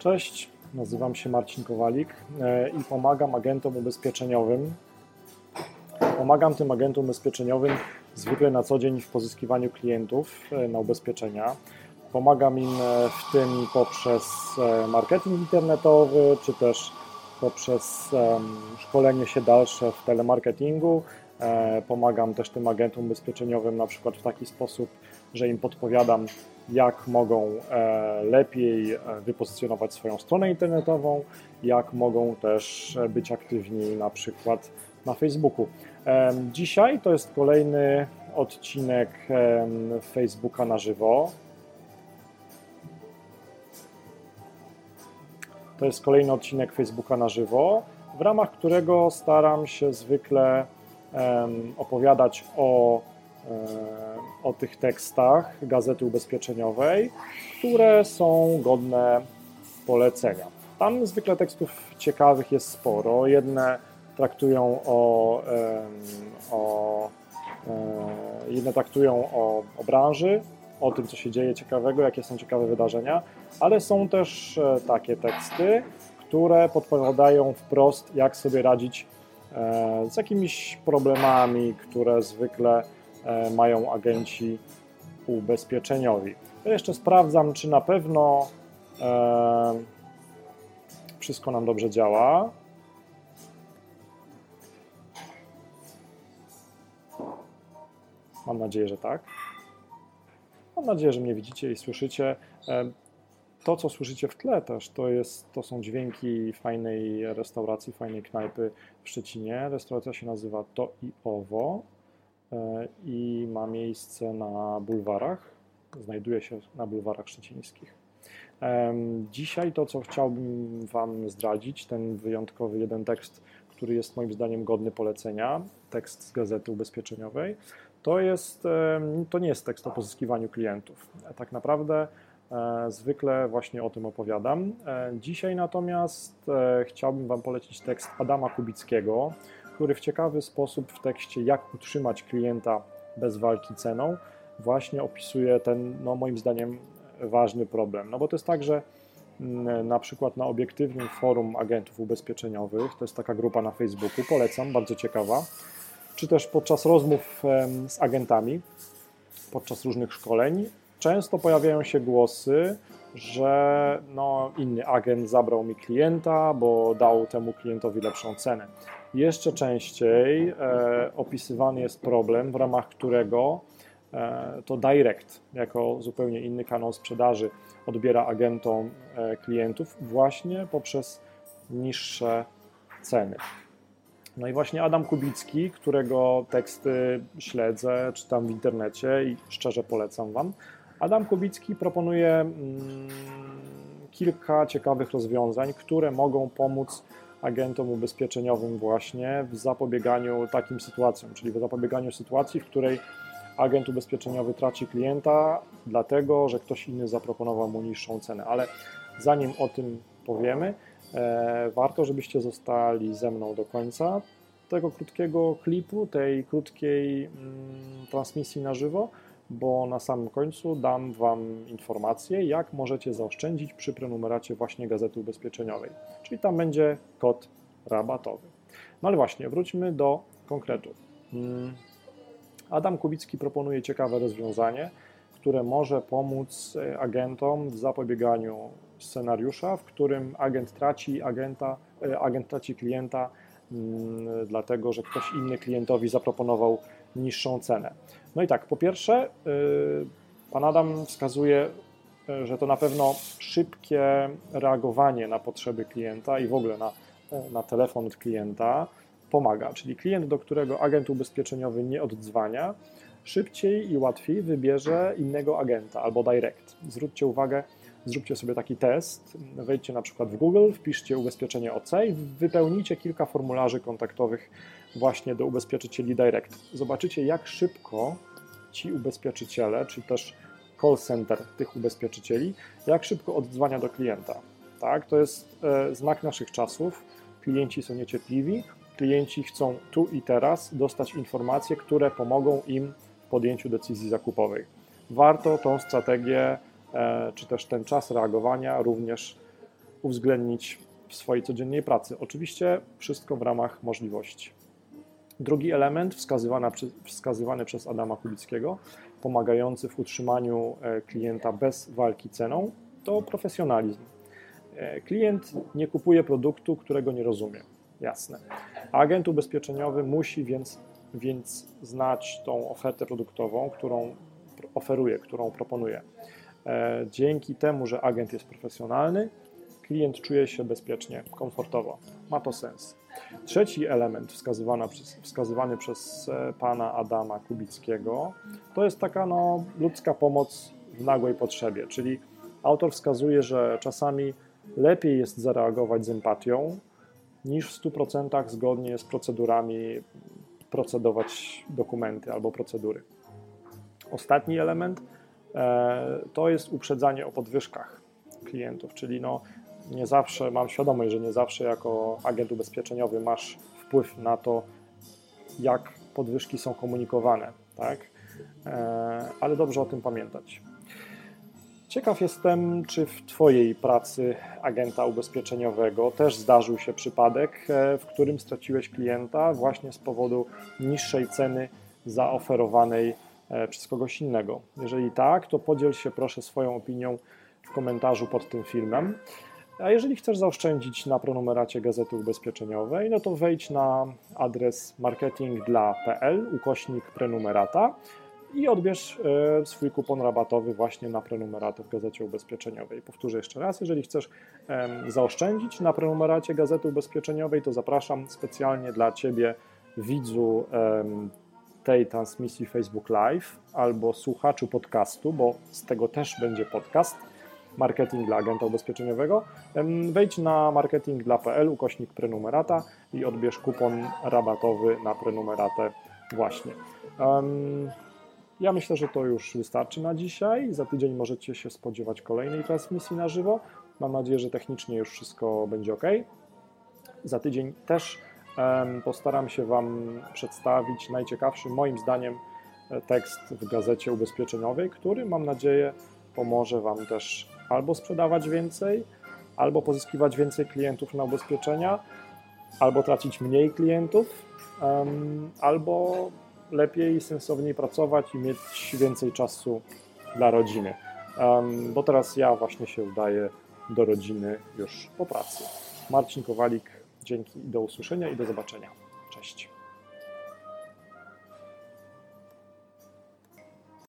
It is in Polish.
Cześć, nazywam się Marcin Kowalik i pomagam agentom ubezpieczeniowym. Pomagam tym agentom ubezpieczeniowym zwykle na co dzień w pozyskiwaniu klientów na ubezpieczenia. Pomagam im w tym poprzez marketing internetowy, czy też poprzez szkolenie się dalsze w telemarketingu. Pomagam też tym agentom ubezpieczeniowym na przykład w taki sposób, że im podpowiadam, jak mogą lepiej wypozycjonować swoją stronę internetową, jak mogą też być aktywni na przykład na Facebooku. Dzisiaj to jest kolejny odcinek Facebooka na żywo. To jest kolejny odcinek Facebooka na żywo, w ramach którego staram się zwykle opowiadać o tych tekstach Gazety Ubezpieczeniowej, które są godne polecenia. Tam zwykle tekstów ciekawych jest sporo. Jedne traktują o branży, o tym, co się dzieje ciekawego, jakie są ciekawe wydarzenia, ale są też takie teksty, które podpowiadają wprost, jak sobie radzić z jakimiś problemami, które zwykle mają agenci ubezpieczeniowi. To jeszcze sprawdzam, czy na pewno wszystko nam dobrze działa. Mam nadzieję, że tak. Mam nadzieję, że mnie widzicie i słyszycie. To, co słyszycie w tle też, to są dźwięki fajnej restauracji, fajnej knajpy w Szczecinie. Restauracja się nazywa To i Owo i ma miejsce na bulwarach. Znajduje się na bulwarach szczecińskich. Dzisiaj to, co chciałbym Wam zdradzić, ten wyjątkowy jeden tekst, który jest moim zdaniem godny polecenia, tekst z Gazety Ubezpieczeniowej, to nie jest tekst o pozyskiwaniu klientów. Tak naprawdę zwykle właśnie o tym opowiadam. Dzisiaj natomiast chciałbym Wam polecić tekst Adama Kubickiego, który w ciekawy sposób w tekście Jak utrzymać klienta bez walki ceną właśnie opisuje ten, moim zdaniem, ważny problem. Bo to jest tak, że na przykład na obiektywnym forum agentów ubezpieczeniowych, to jest taka grupa na Facebooku, polecam, bardzo ciekawa, czy też podczas rozmów z agentami, podczas różnych szkoleń, często pojawiają się głosy, że inny agent zabrał mi klienta, bo dał temu klientowi lepszą cenę. Jeszcze częściej opisywany jest problem, w ramach którego to direct, jako zupełnie inny kanał sprzedaży, odbiera agentom klientów właśnie poprzez niższe ceny. No i właśnie Adam Kubicki, którego teksty śledzę, czytam w internecie i szczerze polecam Wam. Adam Kubicki proponuje kilka ciekawych rozwiązań, które mogą pomóc agentom ubezpieczeniowym właśnie w zapobieganiu takim sytuacjom, czyli w zapobieganiu sytuacji, w której agent ubezpieczeniowy traci klienta, dlatego że ktoś inny zaproponował mu niższą cenę. Ale zanim o tym powiemy, warto, żebyście zostali ze mną do końca tego krótkiego klipu, tej krótkiej transmisji na żywo, bo na samym końcu dam Wam informację, jak możecie zaoszczędzić przy prenumeracie właśnie Gazety Ubezpieczeniowej. Czyli tam będzie kod rabatowy. No ale właśnie, wróćmy do konkretu. Adam Kubicki proponuje ciekawe rozwiązanie, które może pomóc agentom w zapobieganiu scenariusza, w którym agent traci klienta, dlatego że ktoś inny klientowi zaproponował niższą cenę. No i tak, po pierwsze, pan Adam wskazuje, że to na pewno szybkie reagowanie na potrzeby klienta i w ogóle na telefon od klienta pomaga, czyli klient, do którego agent ubezpieczeniowy nie oddzwania, szybciej i łatwiej wybierze innego agenta albo direct. Zwróćcie uwagę, zróbcie sobie taki test, wejdźcie na przykład w Google, wpiszcie ubezpieczenie OC i wypełnijcie kilka formularzy kontaktowych właśnie do ubezpieczycieli direct. Zobaczycie, jak szybko ci ubezpieczyciele, czy też call center tych ubezpieczycieli, jak szybko oddzwania do klienta. Tak, to jest znak naszych czasów. Klienci są niecierpliwi, klienci chcą tu i teraz dostać informacje, które pomogą im w podjęciu decyzji zakupowej. Warto tą strategię, czy też ten czas reagowania również uwzględnić w swojej codziennej pracy. Oczywiście wszystko w ramach możliwości. Drugi element wskazywany przez Adama Kubickiego, pomagający w utrzymaniu klienta bez walki ceną, to profesjonalizm. Klient nie kupuje produktu, którego nie rozumie. Jasne. Agent ubezpieczeniowy musi więc znać tą ofertę produktową, którą oferuje, którą proponuje. Dzięki temu, że agent jest profesjonalny, klient czuje się bezpiecznie, komfortowo. Ma to sens. Trzeci element wskazywany przez pana Adama Kubickiego to jest taka ludzka pomoc w nagłej potrzebie, czyli autor wskazuje, że czasami lepiej jest zareagować z empatią, niż w 100% zgodnie z procedurami procedować dokumenty albo procedury. Ostatni element to jest uprzedzanie o podwyżkach klientów, czyli nie zawsze, mam świadomość, że nie zawsze jako agent ubezpieczeniowy masz wpływ na to, jak podwyżki są komunikowane, tak? Ale dobrze o tym pamiętać. Ciekaw jestem, czy w Twojej pracy agenta ubezpieczeniowego też zdarzył się przypadek, w którym straciłeś klienta właśnie z powodu niższej ceny zaoferowanej przez kogoś innego. Jeżeli tak, to podziel się proszę swoją opinią w komentarzu pod tym filmem. A jeżeli chcesz zaoszczędzić na prenumeracie Gazety Ubezpieczeniowej, no to wejdź na adres marketingdla.pl/prenumerata i odbierz swój kupon rabatowy właśnie na prenumeratę w Gazecie Ubezpieczeniowej. Powtórzę jeszcze raz, jeżeli chcesz zaoszczędzić na prenumeracie Gazety Ubezpieczeniowej, to zapraszam specjalnie dla Ciebie, widzu tej transmisji Facebook Live albo słuchaczu podcastu, bo z tego też będzie podcast, marketing dla agenta ubezpieczeniowego. Wejdź na marketingdla.pl/prenumerata i odbierz kupon rabatowy na prenumeratę właśnie. Ja myślę, że to już wystarczy na dzisiaj. Za tydzień możecie się spodziewać kolejnej transmisji na żywo. Mam nadzieję, że technicznie już wszystko będzie ok. Za tydzień też postaram się Wam przedstawić najciekawszy moim zdaniem tekst w Gazecie Ubezpieczeniowej, który mam nadzieję pomoże Wam też albo sprzedawać więcej, albo pozyskiwać więcej klientów na ubezpieczenia, albo tracić mniej klientów, albo lepiej, sensowniej pracować i mieć więcej czasu dla rodziny. Bo teraz ja właśnie się udaję do rodziny już po pracy. Marcin Kowalik, dzięki i do usłyszenia i do zobaczenia. Cześć.